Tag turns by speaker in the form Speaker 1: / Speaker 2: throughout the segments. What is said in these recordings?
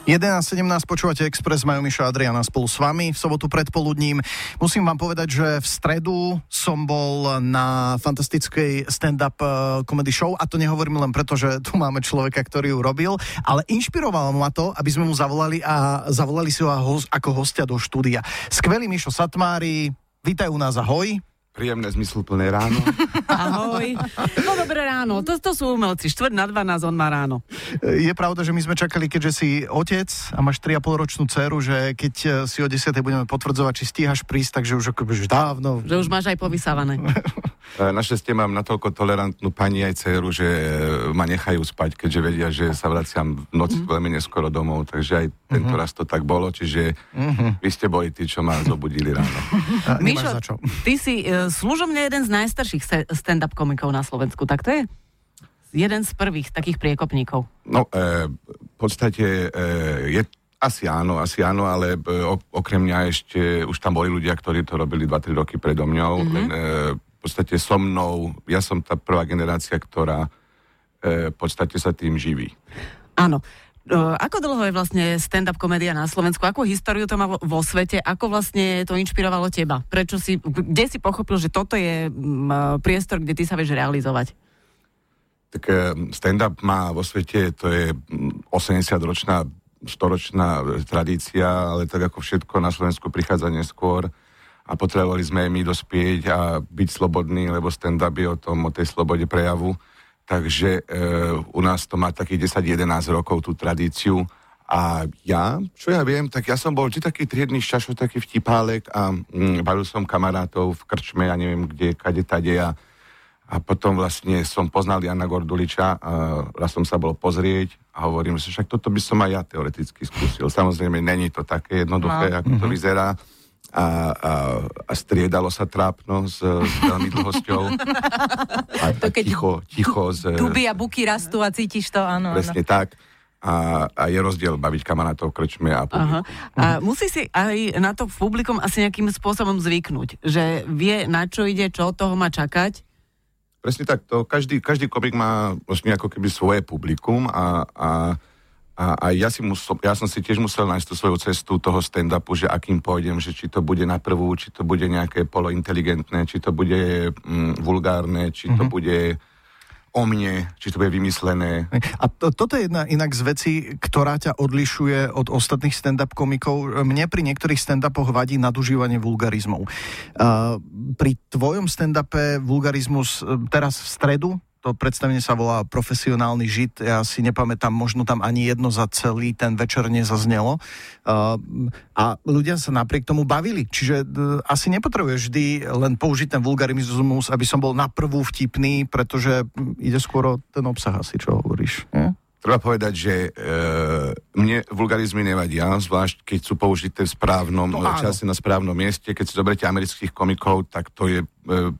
Speaker 1: 11.17 počúvate Express, Majo, Mišo, Adriana spolu s vami v sobotu predpoludním. Musím vám povedať, že v stredu som bol na fantastickej stand-up comedy show a to nehovorím len preto, že tu máme človeka, ktorý ju robil, ale inšpirovalo ma to, aby sme mu zavolali si ho ako hostia do štúdia. Skvelý Mišo Satmári, vítaj u nás, ahoj.
Speaker 2: Príjemné, zmysluplné ráno.
Speaker 3: Ahoj. No dobré ráno, to sú umelci, 11:45 on má ráno.
Speaker 1: Je pravda, že my sme čakali, keďže si otec a máš 3,5-ročnú dceru, že keď si o 10:00 budeme potvrdzovať, či stíhaš prísť, takže už akoby dávno.
Speaker 3: Že už máš aj povysávané.
Speaker 2: Našťastie mám natoľko tolerantnú pani aj dceru, že ma nechajú spať, keďže vedia, že sa vraciam v noci veľmi neskoro domov, takže aj tento raz to tak bolo, čiže vy ste boli tí, čo ma zobudili ráno.
Speaker 3: Mišo, ty si služobne jeden z najstarších stand-up komikov na Slovensku, tak to je? Jeden z prvých takých priekopníkov.
Speaker 2: No, v podstate je asi áno, ale okrem mňa ešte už tam boli ľudia, ktorí to robili 2-3 roky predo mňou, len v podstate so mnou, ja som tá prvá generácia, ktorá v podstate sa tým živí.
Speaker 3: Áno. Ako dlho je vlastne stand-up komédia na Slovensku? Akú históriu to má vo svete? Ako vlastne to inšpirovalo teba? Kde si pochopil, že toto je priestor, kde ty sa vieš realizovať?
Speaker 2: Tak stand-up má vo svete, to je 80-ročná, 100-ročná tradícia, ale tak ako všetko na Slovensku prichádza neskôr a potrebovali sme my dospieť a byť slobodní, lebo stand-up je o tej slobode prejavu. Takže u nás to má takých 10-11 rokov tú tradíciu a čo ja viem, tak ja som bol vždy taký triedny šašo, taký vtipálek a bavil som kamarátov v krčme, ja neviem kde, kade, tade a potom vlastne som poznal Jana Gorduliča a raz som sa bol pozrieť a hovorím, že však toto by som aj ja teoreticky skúsil. Samozrejme, není to také jednoduché, ako to vyzerá. A striedalo sa trápno s veľmi dlhosťou. A ticho
Speaker 4: duby a buky rastú a cítiš to, áno.
Speaker 2: Presne tak. A je rozdiel baviť kamarátov v krčme a publikum.
Speaker 3: A musí si aj na to publikum asi nejakým spôsobom zvyknúť, že vie, na čo ide, čo od toho má čakať.
Speaker 2: Presne tak. Každý komik má vlastne ako keby svoje publikum a ja som si tiež musel nájsť tú svoju cestu toho stand-upu, že akým pôjdem, že či to bude na prvú, či to bude nejaké polointeligentné, či to bude vulgárne, či to bude o mne, či to bude vymyslené.
Speaker 1: A toto je jedna inak z vecí, ktorá ťa odlišuje od ostatných stand-up komikov. Mne pri niektorých stand-upoch vadí nadužívanie vulgarizmov. Pri tvojom stand-upe vulgarizmus teraz v stredu, to predstavenie sa volá Profesionálny žid. Ja si nepamätám, možno tam ani jedno za celý ten večer nezaznelo. A ľudia sa napriek tomu bavili. Čiže asi nepotrebuješ vždy len použiť ten vulgarizmus, aby som bol na prvú vtipný, pretože ide skôr o ten obsah asi, čo hovoríš. Nie?
Speaker 2: Treba povedať, že mne vulgarizmy nevadia, zvlášť keď sú použité v správnom čase na správnom mieste. Keď si zoberiete amerických komikov, tak to je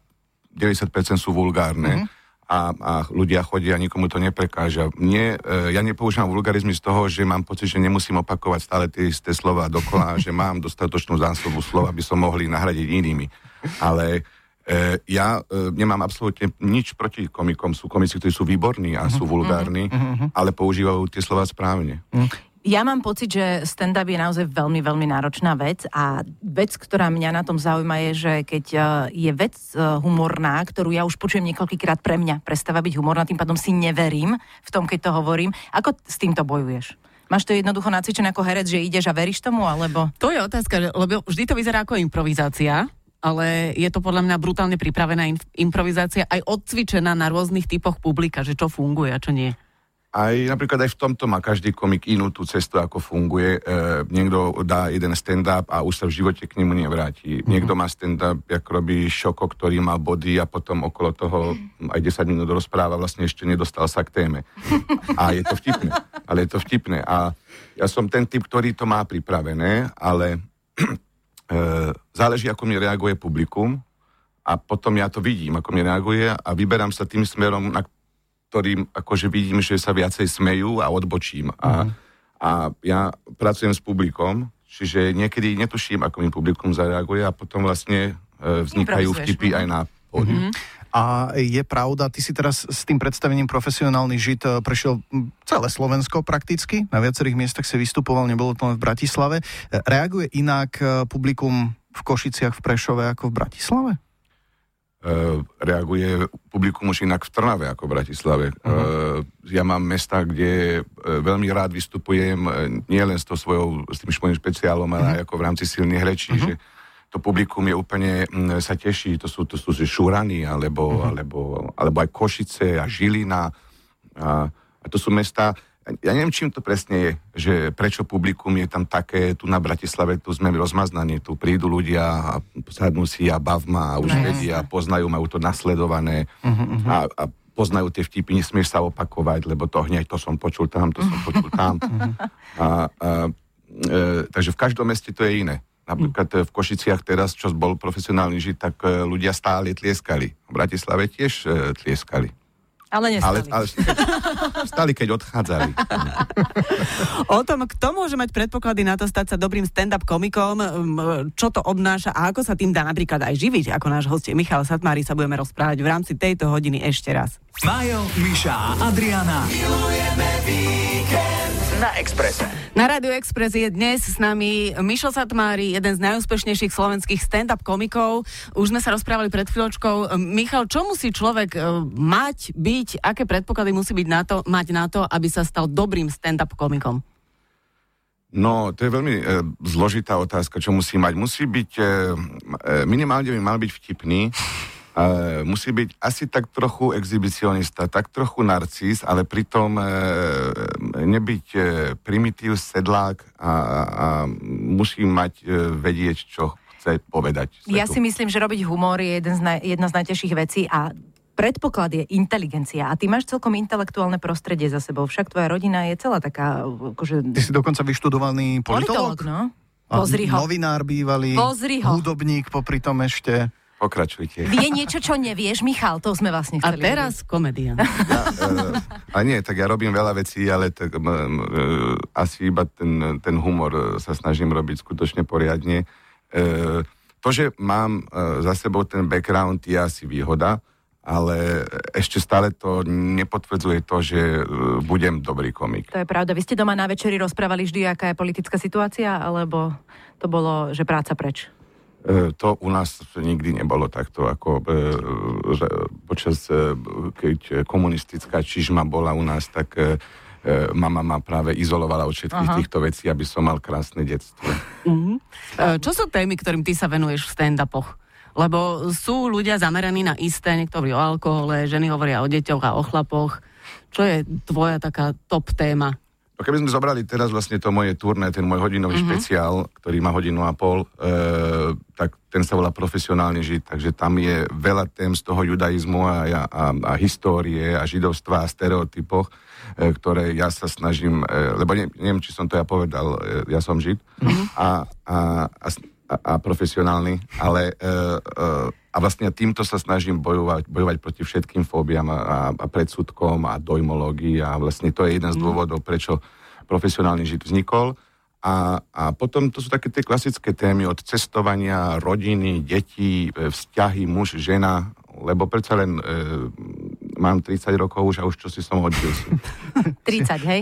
Speaker 2: 90% sú vulgárne. A ľudia chodia, nikomu to neprekáža. Ja nepoužívam vulgarizmy z toho, že mám pocit, že nemusím opakovať stále tie isté slova dokola, že mám dostatočnú zásobu slov, aby som mohli nahradiť inými. Ale ja nemám absolútne nič proti komikom. Sú komici, ktorí sú výborní a sú vulgárni, ale používajú tie slova správne.
Speaker 4: Ja mám pocit, že stand-up je naozaj veľmi, veľmi náročná vec a vec, ktorá mňa na tom zaujíma je, že keď je vec humorná, ktorú ja už počujem niekoľkýkrát, pre mňa prestáva byť humorná, tým pádom si neverím v tom, keď to hovorím. Ako s týmto bojuješ? Máš to jednoducho nacvičené ako herec, že ideš a veríš tomu, alebo?
Speaker 3: To je otázka, lebo vždy to vyzerá ako improvizácia, ale je to podľa mňa brutálne pripravená improvizácia, aj odcvičená na rôznych typoch publika, že čo funguje a čo nie.
Speaker 2: Napríklad aj v tomto má každý komik inú tú cestu, ako funguje. Niekto dá jeden stand-up a už sa v živote k nemu nevráti. Niekto má stand-up, jak robí Šoko, ktorý má body a potom okolo toho aj 10 minút rozpráva, vlastne ešte nedostal sa k téme. A je to vtipné. Ale je to vtipné. A ja som ten typ, ktorý to má pripravené, ale záleží, ako mi reaguje publikum a potom ja to vidím, ako mi reaguje a vyberám sa tým smerom, na ktorým akože vidím, že sa viacej smejú a odbočím. A ja pracujem s publikom, čiže niekedy netuším, ako mi publikum zareaguje a potom vlastne vznikajú vtipy aj na pódium.
Speaker 1: A je pravda, ty si teraz s tým predstavením Profesionálny žid prešiel celé Slovensko prakticky, na viacerých miestach si vystupoval, nebolo to len v Bratislave. Reaguje inak publikum v Košiciach, v Prešove ako v Bratislave?
Speaker 2: Reaguje publikum už inak v Trnave ako v Bratislave. Ja mám mesta, kde veľmi rád vystupujem, nie len s tým svojím špeciálom, ale aj ako v rámci silných rečí, že to publikum je úplne, sa teší, to sú Šurany, alebo aj Košice a Žilina. A to sú mesta, ja neviem, čím to presne je, že prečo publikum je tam také, tu na Bratislave, tu sme rozmaznaní, tu prídu ľudia a sadnú si a bavma a už vedia, poznajú, majú to nasledované a poznajú tie vtipy, nesmieš sa opakovať, lebo to hneď, to som počul tam. Takže v každom meste to je iné. Napríklad v Košiciach teraz, čo bol Profesionálny žid, tak ľudia stále tlieskali. V Bratislave tiež tlieskali.
Speaker 4: Ale nestali.
Speaker 2: Ale stali, keď odchádzali.
Speaker 3: O tom, kto môže mať predpoklady na to stať sa dobrým stand-up komikom, čo to obnáša a ako sa tým dá napríklad aj živiť, ako náš host Michal Satmári, sa budeme rozprávať v rámci tejto hodiny ešte raz.
Speaker 5: Majo, Miša a Adriana. Milujeme víkend na Expresse.
Speaker 3: Na Rádiu Express je dnes s nami Mišo Satmári, jeden z najúspešnejších slovenských stand-up komikov. Už sme sa rozprávali pred chvíľočkou. Michal, čo musí človek mať, byť, aké predpoklady musí mať na to, aby sa stal dobrým stand-up komikom?
Speaker 2: No, to je veľmi zložitá otázka, čo musí mať. Musí byť, minimálne by mal byť vtipný, musí byť asi tak trochu exhibicionista, tak trochu narcis, ale pritom nebyť primitív, sedlák a musí mať vedieť, čo chce povedať svetu.
Speaker 4: Ja si myslím, že robiť humor je jedna z najťažších vecí a predpoklad je inteligencia. A ty máš celkom intelektuálne prostredie za sebou. Však tvoja rodina je celá taká... Akože...
Speaker 1: Ty si dokonca vyštudovaný politológ?
Speaker 4: No. Pozri ho.
Speaker 1: Novinár bývalý, hudobník popri tom ešte...
Speaker 2: Pokračujte.
Speaker 4: Je niečo, čo nevieš, Michal? To sme vlastne chceli.
Speaker 3: A teraz komédia.
Speaker 2: A nie, tak ja robím veľa vecí, ale tak, asi iba ten humor sa snažím robiť skutočne poriadne. To, že mám za sebou ten background, je asi výhoda, ale ešte stále to nepotvrdzuje to, že budem dobrý komik.
Speaker 4: To je pravda. Vy ste doma na večeri rozprávali vždy, aká je politická situácia, alebo to bolo, že práca preč?
Speaker 2: To u nás nikdy nebolo takto, ako počas, keď komunistická čižma bola u nás, tak mama ma práve izolovala od všetkých týchto vecí, aby som mal krásne detstvo.
Speaker 3: Čo sú témy, ktorým ty sa venuješ v stand-upoch? Lebo sú ľudia zameraní na isté, niekto hovorí o alkohole, ženy hovoria o deťoch a o chlapoch. Čo je tvoja taká top téma?
Speaker 2: No keby sme zobrali teraz vlastne to moje turné, ten môj hodinový špeciál, ktorý má 1,5 hodiny, tak ten sa volá Profesionálny žid, takže tam je veľa tém z toho judaizmu a histórie a židovstva a stereotypoch, ktoré ja sa snažím, lebo neviem, či som to ja povedal, ja som žid a profesionálny, ale a vlastne týmto sa snažím bojovať proti všetkým fóbiám a predsudkom a dojmológii a vlastne to je jeden z dôvodov, prečo Profesionálny žid vznikol. A potom to sú také tie klasické témy od cestovania, rodiny, detí, vzťahy, muž, žena, lebo predsa len mám 30 rokov už a už čo si som hodil.
Speaker 4: 30, hej?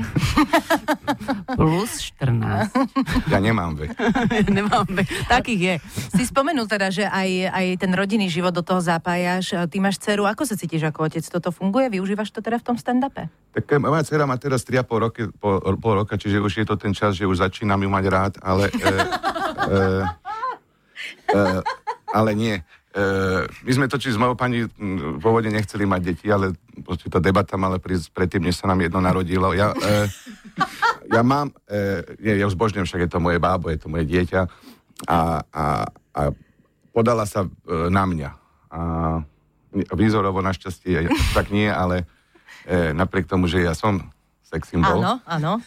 Speaker 3: Plus 14.
Speaker 2: Ja nemám vek.
Speaker 3: Nemám vek. Takých je.
Speaker 4: Si spomenul teda, že aj ten rodinný život do toho zapájaš. Ty máš dceru, ako sa cítiš ako otec? Toto funguje? Využívaš to teda v tom stand-upe?
Speaker 2: Tak moja dcera má teraz 3,5 roka, čiže už je to ten čas, že už začínam ju mať rád, ale nie. My sme totiž s mojou pani pôvodne nechceli mať deti, ale tá debata mala prísť predtým, než sa nám jedno narodilo. Ja už zbožňujem, však je to moje bábo, je to moje dieťa a podala sa na mňa. A výzorovo našťastie tak nie, ale napriek tomu, že ja som sex symbol.
Speaker 4: Áno.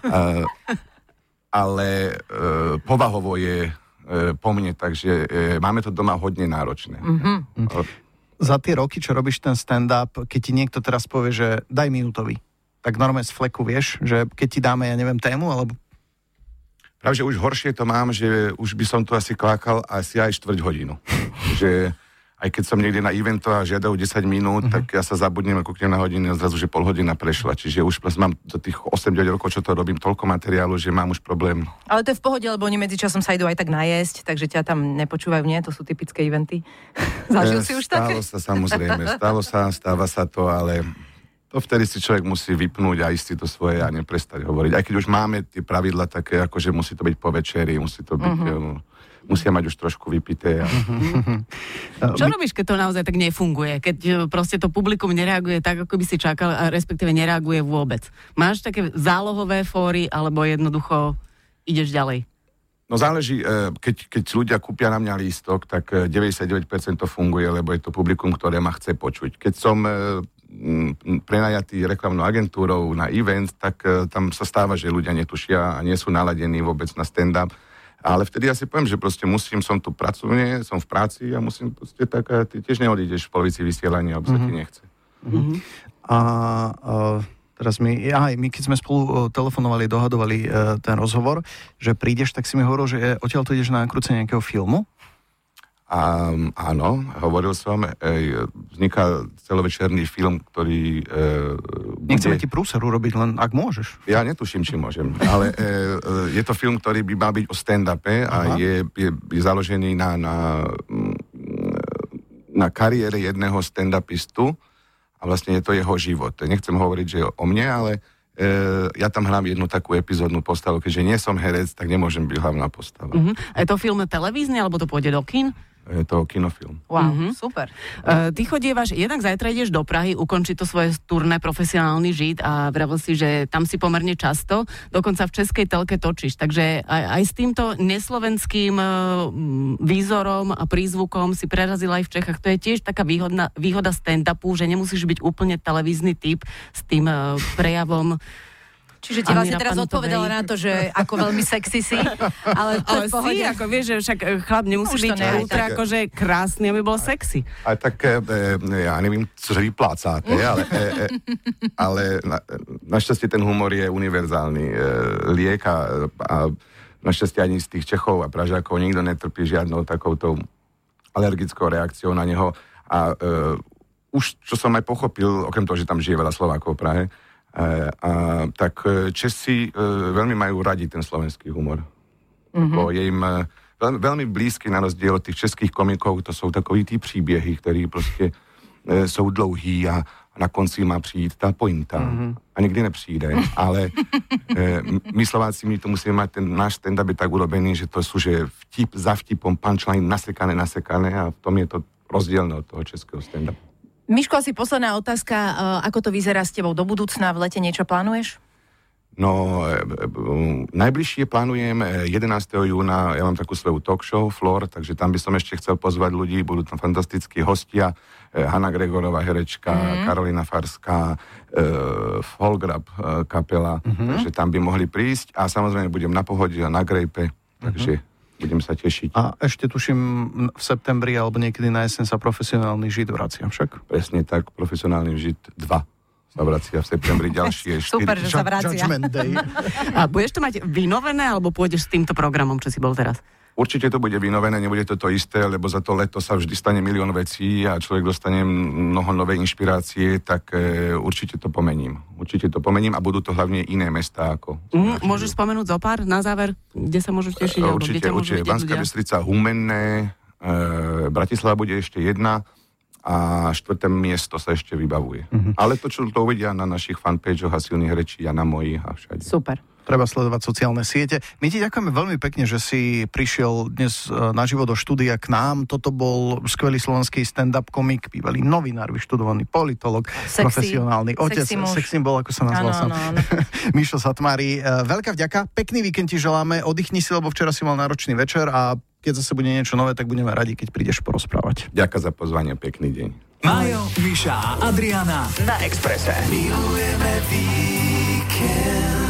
Speaker 2: Ale povahovo je po mne, takže máme to doma hodne náročné.
Speaker 1: Za tie roky, čo robíš ten stand-up, keď ti niekto teraz povie, že daj minútový, tak normálne z fleku vieš, že keď ti dáme, ja neviem, tému, alebo...
Speaker 2: Práve, že už horšie to mám, že už by som to asi klákal asi aj 4 hodinu. Že aj keď som niekde na evento a žiadajú 10 minút, tak ja sa zabudnem a kúknem na hodinu a zrazu, že pol hodina prešla. Čiže už mám do tých 8-9 rokov, čo to robím, toľko materiálu, že mám už problém.
Speaker 4: Ale to je v pohode, lebo oni medzičasom sa idú aj tak najesť, takže ťa tam nepočúvajú, nie? To sú typické eventy. Zažil si už také?
Speaker 2: Stalo sa, samozrejme. Stáva sa to, ale to vtedy si človek musí vypnúť a ísť si to svoje a neprestať hovoriť. Aj keď už máme tie pravidla také, ako že musí to byť po večeri, musí to byť... musia mať už trošku vypité.
Speaker 3: Čo robíš, keď to naozaj tak nefunguje? Keď proste to publikum nereaguje tak, ako by si čakal, a respektíve nereaguje vôbec. Máš také zálohové fóry, alebo jednoducho ideš ďalej?
Speaker 2: No záleží, keď ľudia kúpia na mňa lístok, tak 99% to funguje, lebo je to publikum, ktoré ma chce počuť. Keď som prenajatý reklamnou agentúrou na event, tak tam sa stáva, že ľudia netušia a nie sú naladení vôbec na stand-up. Ale vtedy ja si poviem, že proste som tu pracovne, som v práci a musím proste tak, ty tiež neodídeš v polovici vysielania, alebo sa ti nechce.
Speaker 1: Teraz my keď sme spolu telefonovali, dohadovali ten rozhovor, že prídeš, tak si mi hovoril, že odtiaľ to ideš na nakrúcenie nejakého filmu?
Speaker 2: Áno, hovoril som, vzniká celovečerný film, ktorý...
Speaker 1: Nechceme ti prúser urobiť, len ak môžeš.
Speaker 2: Ja netuším, či môžem, ale je to film, ktorý by mal byť o stand-upe a je založený na kariére jedného stand-upistu a vlastne je to jeho život. Nechcem hovoriť, že o mne, ale ja tam hrám jednu takú epizódnu postavu, keďže nie som herec, tak nemôžem byť hlavná postava.
Speaker 3: A je to film televízny, alebo to pôjde do kín?
Speaker 2: Je to kinofilm.
Speaker 4: Wow, super.
Speaker 3: Ty chodievaš, jednak zajtra ideš do Prahy, ukončiť to svoje turné Profesionálny žid a vravel si, že tam si pomerne často, dokonca v Českej telke točíš. Takže aj s týmto neslovenským výzorom a prízvukom si prerazil aj v Čechách. To je tiež taká výhoda stand-upu, že nemusíš byť úplne televízny typ s tým prejavom.
Speaker 4: Čiže ti vlastne teraz odpovedala na to, že ako veľmi sexy si, ale to
Speaker 3: si, ako vieš, že však chlap nemusí byť ultra akože krásny, aby bol sexy.
Speaker 2: Ale tak, ja nevím, co vy plácáte, ale našťastie ten humor je univerzálny liek a našťastie ani z tých Čechov a Pražákov nikto netrpí žiadnou takouto alergickou reakciou na neho. A už, čo som aj pochopil, okrem toho, že tam žije veľa Slovákov v Prahe, tak Česi veľmi majú radi ten slovenský humor. Bo je im veľmi blízky na rozdiel od tých českých komikov, to jsou takový tí příběhy, který prostě jsou dlouhý a na konci má přijít ta pointa. A nikdy nepřijde, ale my Slováci, my to musíme mať, ten náš stand-up je tak urobený, že to sú, že vtip za vtipom, punchline nasekané a v tom je to rozdielne od toho českého stand-upu.
Speaker 4: Miško, asi posledná otázka. Ako to vyzerá s tebou do budúcna? V lete niečo plánuješ?
Speaker 2: No, najbližšie plánujem 11. júna, ja mám takú svoju talk show, Floor, takže tam by som ešte chcel pozvať ľudí, budú tam fantastickí hostia, Hanna Gregorová, herečka, Karolina Farská, Folgrab kapela, takže tam by mohli prísť a samozrejme budem na Pohode a na Grejpe, takže... Budem sa tešiť.
Speaker 1: A ešte tuším, v septembri alebo niekedy na jeseň sa Profesionálny žid vracia však?
Speaker 2: Presne tak, Profesionálny žid 2 sa vracia v septembri, ďalšie 4.
Speaker 4: Super, že sa vracia.
Speaker 1: Judgment Day.
Speaker 3: A budeš to mať vynovené, alebo pôjdeš s týmto programom, čo si bol teraz?
Speaker 2: Určite to bude vynovené, nebude to isté, lebo za to leto sa vždy stane milión vecí a človek dostane mnoho novej inšpirácie, tak určite to pomením. A budú to hlavne iné mestá ako...
Speaker 3: Môžeš spomenúť zo pár na záver, kde sa môžeš tešiť?
Speaker 2: Určite. Banská Bystrica, Humenné, Bratislava bude ešte jedna a 4. miesto sa ešte vybavuje. Ale to, čo to uvidia na našich fanpageoch a silných rečí a na mojich a všade.
Speaker 4: Super.
Speaker 1: Treba sledovať sociálne siete. My ti ďakujeme veľmi pekne, že si prišiel dnes naživo do štúdia k nám. Toto bol skvelý slovenský stand-up komik, bývalý novinár, vyštudovaný politolog, profesionálny otec, sexy bol, ako sa nazval sám. Mišo Satmári. Veľká vďaka, pekný víkend ti želáme, oddychni si, lebo včera si mal náročný večer a keď zase bude niečo nové, tak budeme radi, keď prídeš porozprávať.
Speaker 2: Ďakujem za pozvanie, pekný deň.
Speaker 5: Májo, Miša a Adriana na Expresse. Milujeme víkend.